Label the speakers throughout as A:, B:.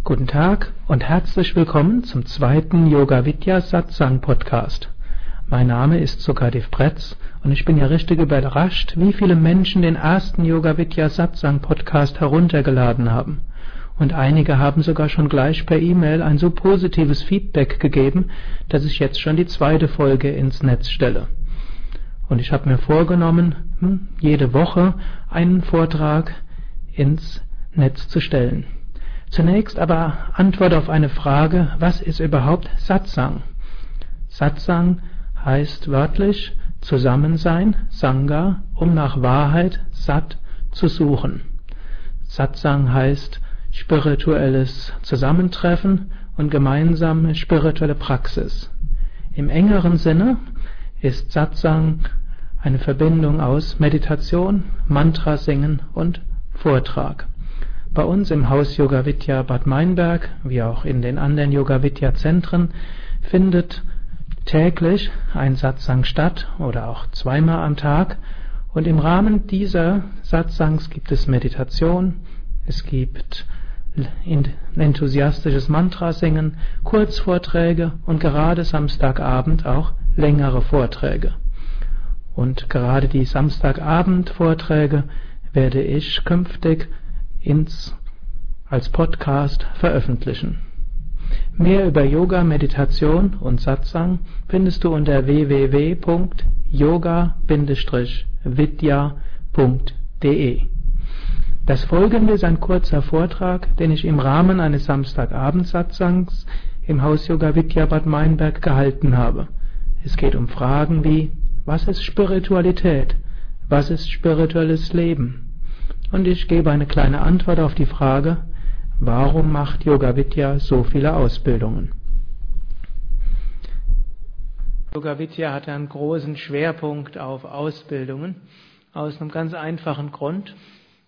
A: Guten Tag und herzlich willkommen zum zweiten Yoga Vidya Satsang Podcast. Mein Name ist Sukadev Bretz und ich bin ja richtig überrascht, wie viele Menschen den ersten Yoga Vidya Satsang Podcast heruntergeladen haben. Und einige haben sogar schon gleich per E-Mail ein so positives Feedback gegeben, dass ich jetzt schon die zweite Folge ins Netz stelle. Und ich habe mir vorgenommen, jede Woche einen Vortrag ins Netz zu stellen. Zunächst aber Antwort auf eine Frage: Was ist überhaupt Satsang? Satsang heißt wörtlich Zusammensein, Sangha, um nach Wahrheit, Sat, zu suchen. Satsang heißt spirituelles Zusammentreffen und gemeinsame spirituelle Praxis. Im engeren Sinne ist Satsang eine Verbindung aus Meditation, Mantra singen und Vortrag. Bei uns im Haus Yoga Vidya Bad Meinberg, wie auch in den anderen Yoga Vidya Zentren, findet täglich ein Satsang statt oder auch zweimal am Tag. Und im Rahmen dieser Satsangs gibt es Meditation, es gibt enthusiastisches Mantra singen, Kurzvorträge und gerade Samstagabend auch längere Vorträge. Und gerade die Samstagabend-Vorträge werde ich künftig als Podcast veröffentlichen. Mehr über Yoga, Meditation und Satsang findest du unter www.yoga-vidya.de. Das folgende ist ein kurzer Vortrag, den ich im Rahmen eines Samstagabend-Satsangs im Haus Yoga Vidya Bad Meinberg gehalten habe. Es geht um Fragen wie: Was ist Spiritualität? Was ist spirituelles Leben? Und ich gebe eine kleine Antwort auf die Frage: Warum macht Yoga Vidya so viele Ausbildungen? Yoga Vidya hat einen großen Schwerpunkt auf Ausbildungen, aus einem ganz einfachen Grund.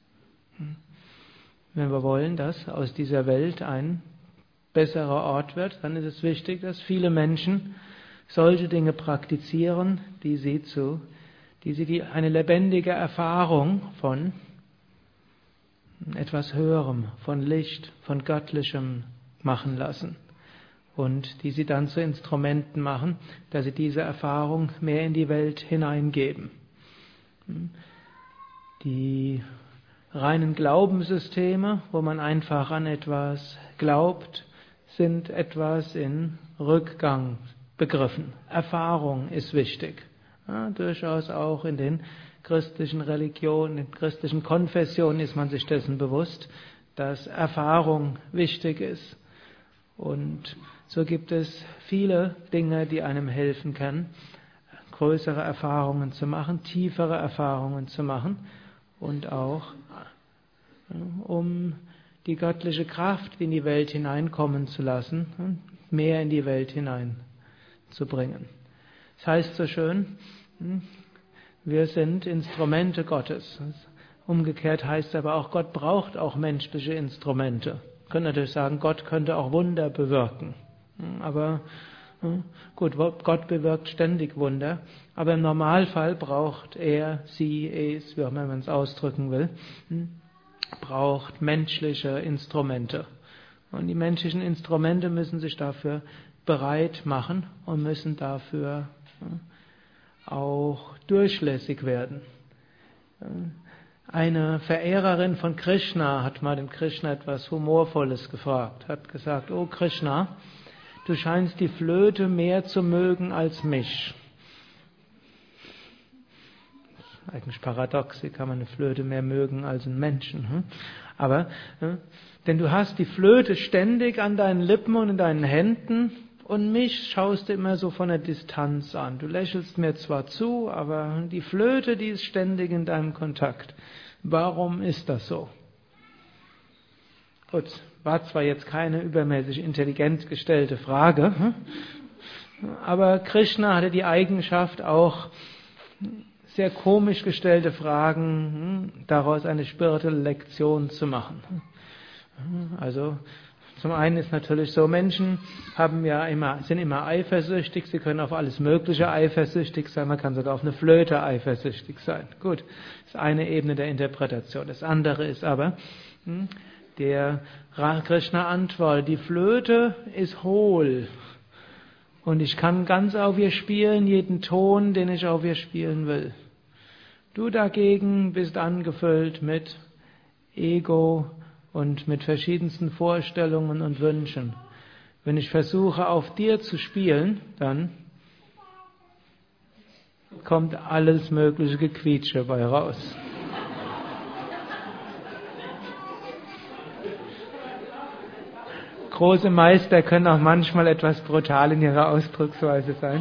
A: Wenn wir wollen, dass aus dieser Welt ein besserer Ort wird, dann ist es wichtig, dass viele Menschen solche Dinge praktizieren, die eine lebendige Erfahrung von etwas Höherem, von Licht, von Göttlichem machen lassen und die sie dann zu Instrumenten machen, dass sie diese Erfahrung mehr in die Welt hineingeben. Die reinen Glaubenssysteme, wo man einfach an etwas glaubt, sind etwas in Rückgang begriffen. Erfahrung ist wichtig. Ja, durchaus auch in den christlichen Religionen, in christlichen Konfessionen ist man sich dessen bewusst, dass Erfahrung wichtig ist. Und so gibt es viele Dinge, die einem helfen können, größere Erfahrungen zu machen, tiefere Erfahrungen zu machen und auch um die göttliche Kraft in die Welt hineinkommen zu lassen, mehr in die Welt hineinzubringen. Das heißt so schön, wir sind Instrumente Gottes. Umgekehrt heißt es aber auch, Gott braucht auch menschliche Instrumente. Wir können natürlich sagen, Gott könnte auch Wunder bewirken. Aber gut, Gott bewirkt ständig Wunder. Aber im Normalfall braucht er, sie, es, wie auch immer man es ausdrücken will, braucht menschliche Instrumente. Und die menschlichen Instrumente müssen sich dafür bereit machen und müssen dafür auch durchlässig werden. Eine Verehrerin von Krishna hat mal dem Krishna etwas Humorvolles gefragt, hat gesagt: Oh Krishna, du scheinst die Flöte mehr zu mögen als mich. Eigentlich paradox, wie kann man eine Flöte mehr mögen als einen Menschen? Aber, denn du hast die Flöte ständig an deinen Lippen und in deinen Händen, und mich schaust du immer so von der Distanz an. Du lächelst mir zwar zu, aber die Flöte, die ist ständig in deinem Kontakt. Warum ist das so? Gut, war zwar jetzt keine übermäßig intelligent gestellte Frage, aber Krishna hatte die Eigenschaft, auch sehr komisch gestellte Fragen daraus eine spirituelle Lektion zu machen. Also zum einen ist natürlich so, Menschen sind immer eifersüchtig, sie können auf alles Mögliche eifersüchtig sein, man kann sogar auf eine Flöte eifersüchtig sein. Gut, das ist eine Ebene der Interpretation. Das andere ist aber, Der Krishna antwortet, die Flöte ist hohl und ich kann ganz auf ihr spielen, jeden Ton, den ich auf ihr spielen will. Du dagegen bist angefüllt mit Ego und mit verschiedensten Vorstellungen und Wünschen. Wenn ich versuche, auf dir zu spielen, dann kommt alles mögliche Gequietsche bei raus. Große Meister können auch manchmal etwas brutal in ihrer Ausdrucksweise sein.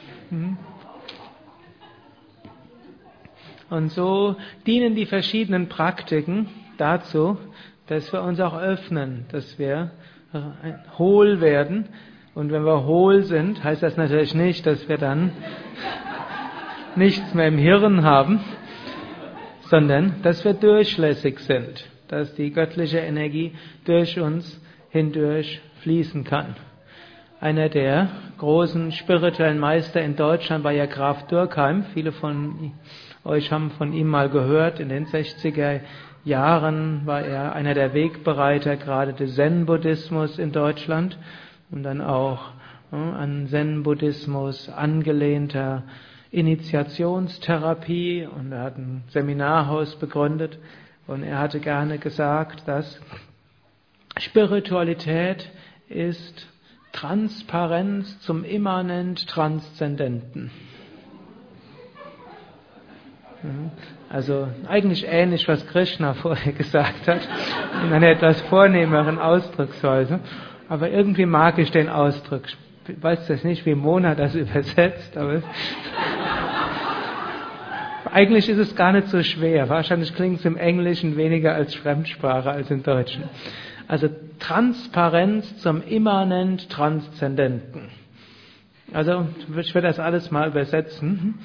A: Und so dienen die verschiedenen Praktiken dazu, dass wir uns auch öffnen, dass wir hohl werden. Und wenn wir hohl sind, heißt das natürlich nicht, dass wir dann nichts mehr im Hirn haben, sondern dass wir durchlässig sind, dass die göttliche Energie durch uns hindurch fließen kann. Einer der großen spirituellen Meister in Deutschland war ja Graf Dürkheim. Viele von euch haben von ihm mal gehört. In den 60er Jahren war er einer der Wegbereiter gerade des Zen-Buddhismus in Deutschland und dann auch an Zen-Buddhismus angelehnter Initiationstherapie, und er hat ein Seminarhaus begründet und er hatte gerne gesagt, dass Spiritualität ist Transparenz zum immanent Transzendenten. Also eigentlich ähnlich, was Krishna vorher gesagt hat, in einer etwas vornehmeren Ausdrucksweise. Aber irgendwie mag ich den Ausdruck. Ich weiß das nicht, wie Mona das übersetzt, aber eigentlich ist es gar nicht so schwer. Wahrscheinlich klingt es im Englischen weniger als Fremdsprache als im Deutschen. Also Transparenz zum immanent Transzendenten. Also ich werde das alles mal übersetzen.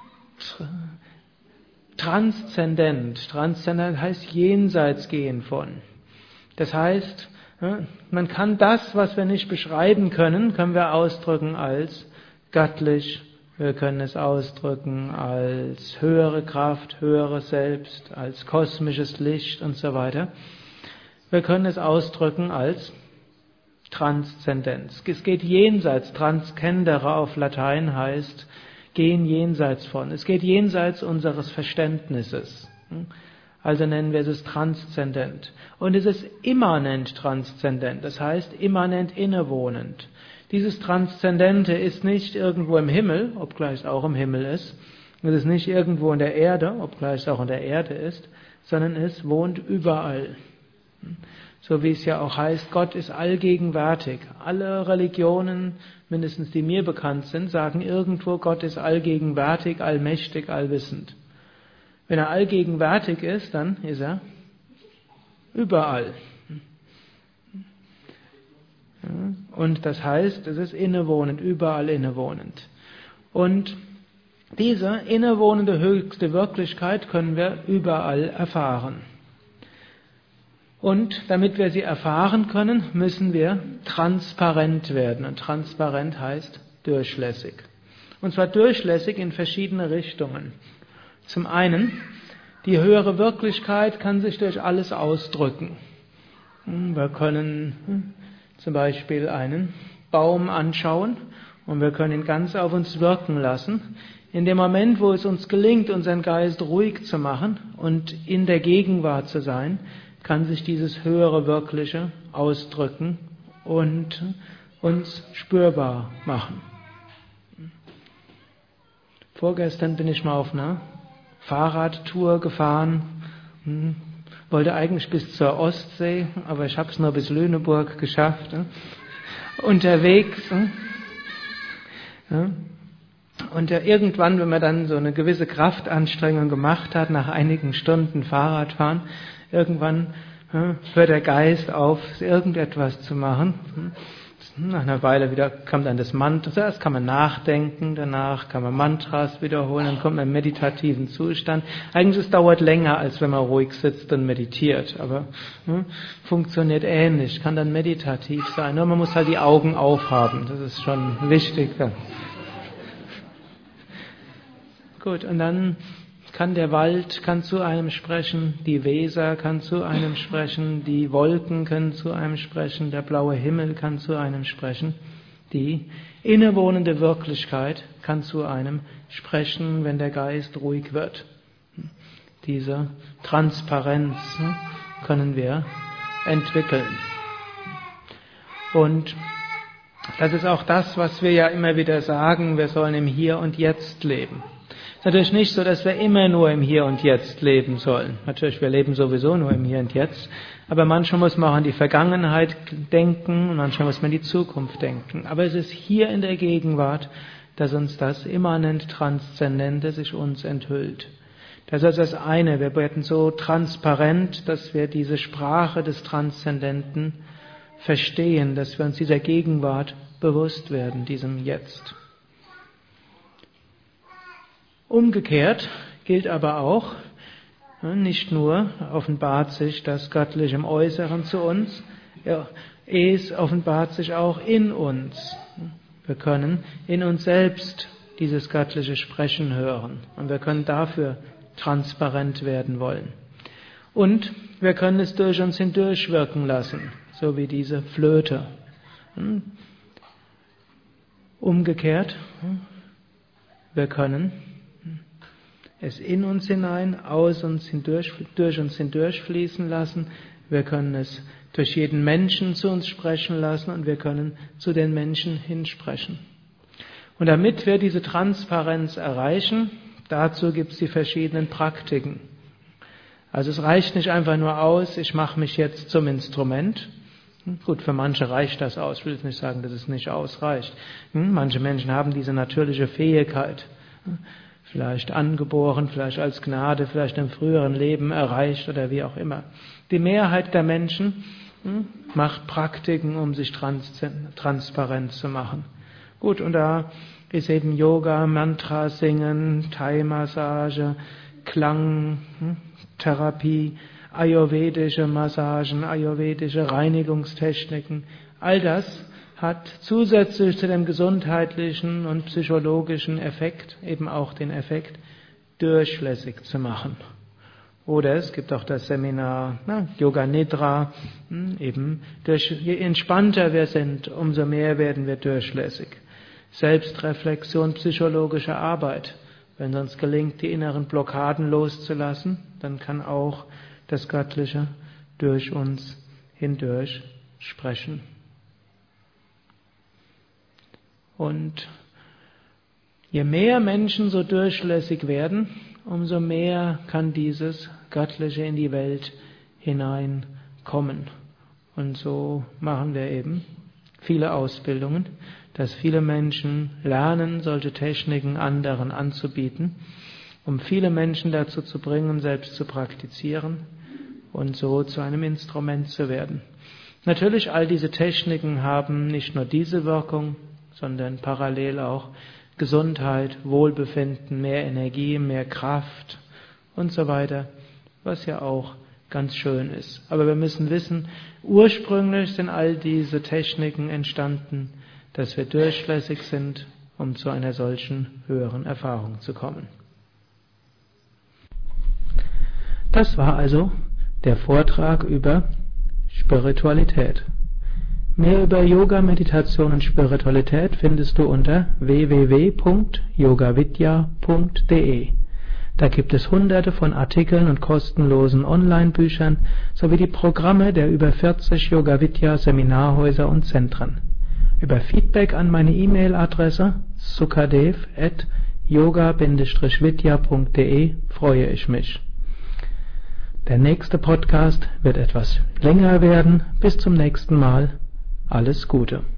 A: Transzendent heißt jenseits gehen von. Das heißt, man kann das, was wir nicht beschreiben können, können wir ausdrücken als göttlich. Wir können es ausdrücken als höhere Kraft, höheres Selbst, als kosmisches Licht und so weiter. Wir können es ausdrücken als Transzendenz. Es geht jenseits, Transcendere auf Latein heißt gehen jenseits von. Es geht jenseits unseres Verständnisses. Also nennen wir es transzendent. Und es ist immanent transzendent, das heißt immanent innewohnend. Dieses Transzendente ist nicht irgendwo im Himmel, obgleich es auch im Himmel ist. Es ist nicht irgendwo in der Erde, obgleich es auch in der Erde ist, sondern es wohnt überall. So wie es ja auch heißt, Gott ist allgegenwärtig. Alle Religionen, mindestens die mir bekannt sind, sagen irgendwo, Gott ist allgegenwärtig, allmächtig, allwissend. Wenn er allgegenwärtig ist, dann ist er überall. Und das heißt, es ist innewohnend, überall innewohnend. Und diese innewohnende höchste Wirklichkeit können wir überall erfahren. Und damit wir sie erfahren können, müssen wir transparent werden. Und transparent heißt durchlässig. Und zwar durchlässig in verschiedene Richtungen. Zum einen, die höhere Wirklichkeit kann sich durch alles ausdrücken. Wir können zum Beispiel einen Baum anschauen und wir können ihn ganz auf uns wirken lassen. In dem Moment, wo es uns gelingt, unseren Geist ruhig zu machen und in der Gegenwart zu sein, kann sich dieses höhere Wirkliche ausdrücken und uns spürbar machen. Vorgestern bin ich mal auf einer Fahrradtour gefahren, wollte eigentlich bis zur Ostsee, aber ich habe es nur bis Lüneburg geschafft. Unterwegs. Und irgendwann, wenn man dann so eine gewisse Kraftanstrengung gemacht hat, nach einigen Stunden Fahrradfahren, irgendwann hört der Geist auf, irgendetwas zu machen. Nach einer Weile wieder kommt dann das Mantra. Zuerst kann man nachdenken, danach kann man Mantras wiederholen, dann kommt man in einen meditativen Zustand. Eigentlich es dauert länger, als wenn man ruhig sitzt und meditiert, aber funktioniert ähnlich, kann dann meditativ sein. Nur man muss halt die Augen aufhaben, das ist schon wichtig. Gut, und dann kann der Wald kann zu einem sprechen, die Weser kann zu einem sprechen, die Wolken können zu einem sprechen, der blaue Himmel kann zu einem sprechen, die innewohnende Wirklichkeit kann zu einem sprechen, wenn der Geist ruhig wird. Diese Transparenz können wir entwickeln. Und das ist auch das, was wir ja immer wieder sagen, wir sollen im Hier und Jetzt leben. Es ist natürlich nicht so, dass wir immer nur im Hier und Jetzt leben sollen. Natürlich, wir leben sowieso nur im Hier und Jetzt, aber manchmal muss man auch an die Vergangenheit denken und manchmal muss man an die Zukunft denken. Aber es ist hier in der Gegenwart, dass uns das immanent Transzendente sich uns enthüllt. Das ist das eine, wir werden so transparent, dass wir diese Sprache des Transzendenten verstehen, dass wir uns dieser Gegenwart bewusst werden, diesem Jetzt. Umgekehrt gilt aber auch, nicht nur offenbart sich das Göttliche im Äußeren zu uns, es offenbart sich auch in uns. Wir können in uns selbst dieses göttliche Sprechen hören und wir können dafür transparent werden wollen. Und wir können es durch uns hindurch wirken lassen, so wie diese Flöte. Umgekehrt, wir können es in uns hinein, aus uns hindurch, durch uns hindurch fließen lassen. Wir können es durch jeden Menschen zu uns sprechen lassen und wir können zu den Menschen hinsprechen. Und damit wir diese Transparenz erreichen, dazu gibt es die verschiedenen Praktiken. Also es reicht nicht einfach nur aus, ich mache mich jetzt zum Instrument. Gut, für manche reicht das aus. Ich will jetzt nicht sagen, dass es nicht ausreicht. Manche Menschen haben diese natürliche Fähigkeit. Vielleicht angeboren, vielleicht als Gnade, vielleicht im früheren Leben erreicht oder wie auch immer. Die Mehrheit der Menschen macht Praktiken, um sich transparent zu machen. Gut, und da ist eben Yoga, Mantra singen, Thai-Massage, Klang, Therapie, ayurvedische Massagen, ayurvedische Reinigungstechniken. All das hat zusätzlich zu dem gesundheitlichen und psychologischen Effekt eben auch den Effekt, durchlässig zu machen. Oder es gibt auch das Seminar Yoga Nidra, eben je entspannter wir sind, umso mehr werden wir durchlässig. Selbstreflexion, psychologische Arbeit. Wenn es uns gelingt, die inneren Blockaden loszulassen, dann kann auch das Göttliche durch uns hindurch sprechen. Und je mehr Menschen so durchlässig werden, umso mehr kann dieses Göttliche in die Welt hineinkommen. Und so machen wir eben viele Ausbildungen, dass viele Menschen lernen, solche Techniken anderen anzubieten, um viele Menschen dazu zu bringen, selbst zu praktizieren und so zu einem Instrument zu werden. Natürlich, all diese Techniken haben nicht nur diese Wirkung, sondern parallel auch Gesundheit, Wohlbefinden, mehr Energie, mehr Kraft und so weiter, was ja auch ganz schön ist. Aber wir müssen wissen, ursprünglich sind all diese Techniken entstanden, dass wir durchlässig sind, um zu einer solchen höheren Erfahrung zu kommen. Das war also der Vortrag über Spiritualität. Mehr über Yoga, Meditation und Spiritualität findest du unter www.yogavidya.de. Da gibt es hunderte von Artikeln und kostenlosen Online-Büchern sowie die Programme der über 40 Yoga-Vidya-Seminarhäuser und Zentren. Über Feedback an meine E-Mail-Adresse sukadev@yoga-vidya.de freue ich mich. Der nächste Podcast wird etwas länger werden. Bis zum nächsten Mal. Alles Gute.